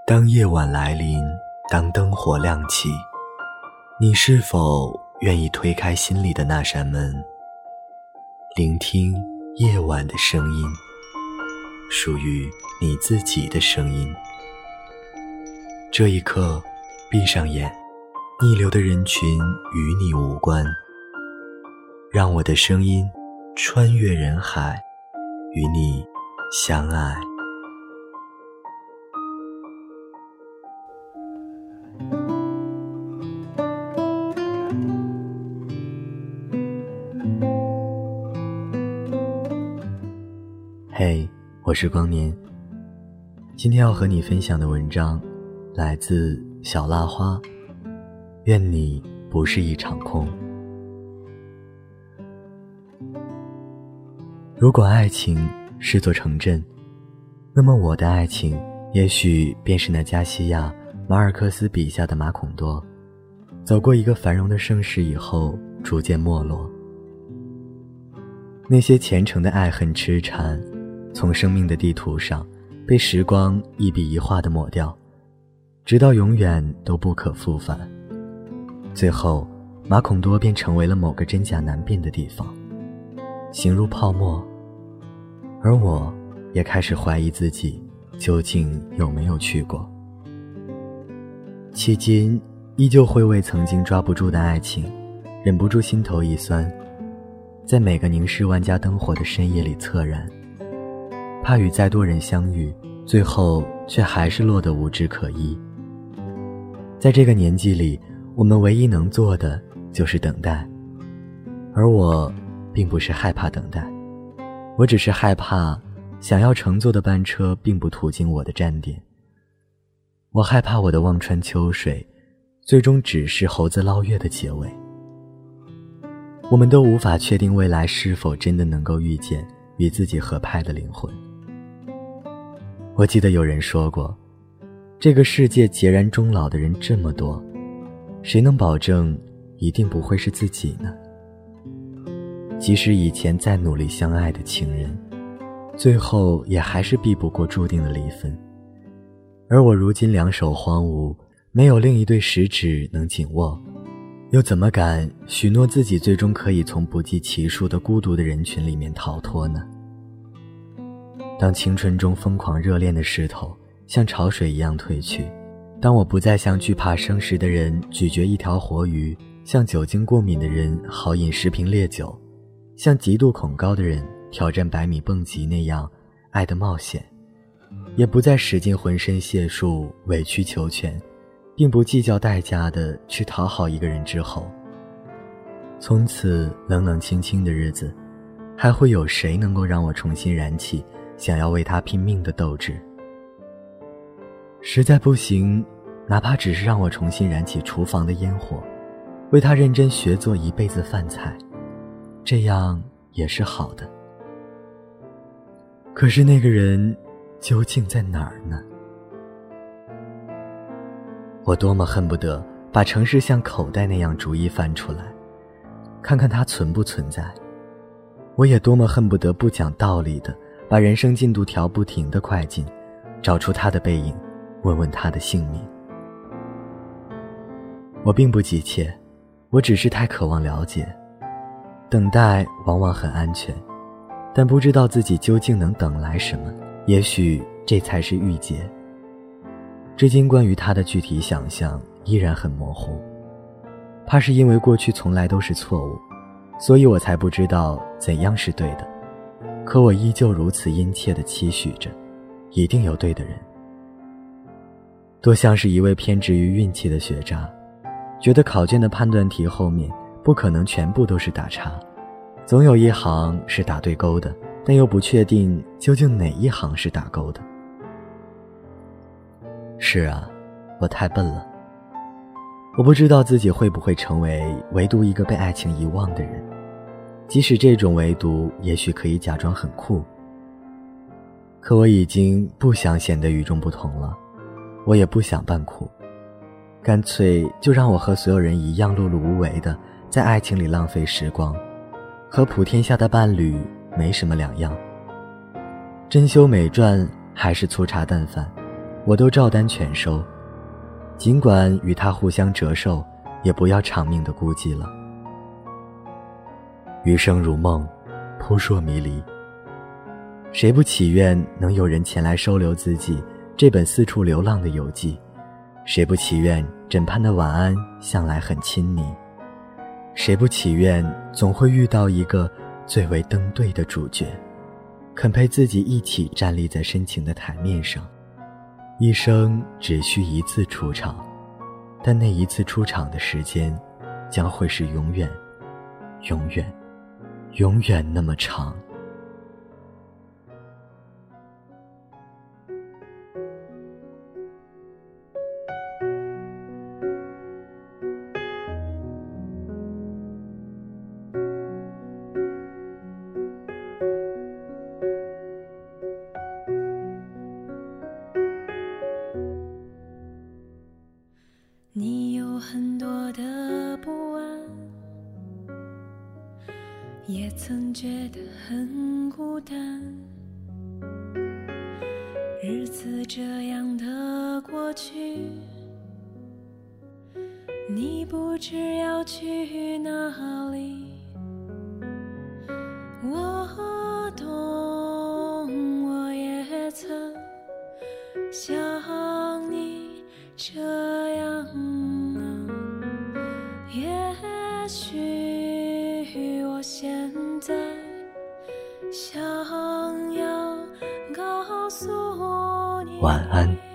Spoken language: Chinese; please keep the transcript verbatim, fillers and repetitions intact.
当夜晚来临，当灯火亮起，你是否愿意推开心里的那扇门，聆听夜晚的声音，属于你自己的声音？这一刻，闭上眼，逆流的人群与你无关，让我的声音穿越人海，与你相爱。嘿、hey, 我是光年。今天要和你分享的文章来自小蜡花，愿你不是一场空。如果爱情是座城镇，那么我的爱情也许便是那加西亚马尔克斯笔下的马孔多，走过一个繁荣的盛世以后逐渐没落。那些虔诚的爱恨痴缠，从生命的地图上被时光一笔一画地抹掉，直到永远都不可复返。最后马孔多便成为了某个真假难辨的地方，形如泡沫。而我也开始怀疑自己究竟有没有去过。迄今依旧会为曾经抓不住的爱情忍不住心头一酸，在每个凝视万家灯火的深夜里恻然，怕与再多人相遇，最后却还是落得无枝可依。在这个年纪里，我们唯一能做的就是等待，而我并不是害怕等待，我只是害怕想要乘坐的班车并不途经我的站点。我害怕我的望穿秋水最终只是猴子捞月的结尾。我们都无法确定未来是否真的能够遇见与自己合拍的灵魂。我记得有人说过，这个世界孑然终老的人这么多，谁能保证一定不会是自己呢？即使以前再努力相爱的情人，最后也还是避不过注定的离分。而我如今两手荒芜，没有另一对食指能紧握，又怎么敢许诺自己最终可以从不计其数的孤独的人群里面逃脱呢？当青春中疯狂热恋的势头像潮水一样退去，当我不再像惧怕生食的人咀嚼一条活鱼，像酒精过敏的人豪饮十瓶烈酒，像极度恐高的人挑战百米蹦极那样爱的冒险，也不再使尽浑身解数委曲求全，并不计较代价的去讨好一个人之后，从此冷冷清清的日子，还会有谁能够让我重新燃起想要为他拼命的斗志？实在不行，哪怕只是让我重新燃起厨房的烟火，为他认真学做一辈子饭菜，这样也是好的。可是那个人究竟在哪儿呢？我多么恨不得把城市像口袋那样逐一翻出来，看看它存不存在。我也多么恨不得不讲道理的把人生进度条不停地快进，找出他的背影，问问他的姓名。我并不急切，我只是太渴望了解。等待往往很安全，但不知道自己究竟能等来什么，也许这才是郁结。至今关于他的具体想象依然很模糊，怕是因为过去从来都是错误，所以我才不知道怎样是对的。可我依旧如此殷切地期许着，一定有对的人。多像是一位偏执于运气的学渣，觉得考卷的判断题后面不可能全部都是打叉，总有一行是打对勾的，但又不确定究竟哪一行是打勾的。是啊，我太笨了。我不知道自己会不会成为唯独一个被爱情遗忘的人，即使这种唯独也许可以假装很酷。可我已经不想显得与众不同了，我也不想扮酷，干脆就让我和所有人一样碌碌无为的在爱情里浪费时光，和普天下的伴侣没什么两样。珍馐美馔还是粗茶淡饭， 我都照单全收，尽管与他互相折寿，也不要长命的孤寂了。余生如梦，扑朔迷离，谁不祈愿能有人前来收留自己这本四处流浪的游记？谁不祈愿枕畔的晚安向来很亲昵？谁不祈愿总会遇到一个最为登对的主角，肯陪自己一起站立在深情的台面上？一生只需一次出场，但那一次出场的时间将会是永远永远永远那么长。 你有很多的不安，也曾觉得很孤单，日子这样的过去，你不知要去哪里。我懂，我也曾像你这样啊，也许我现在想要告诉你， 晚安。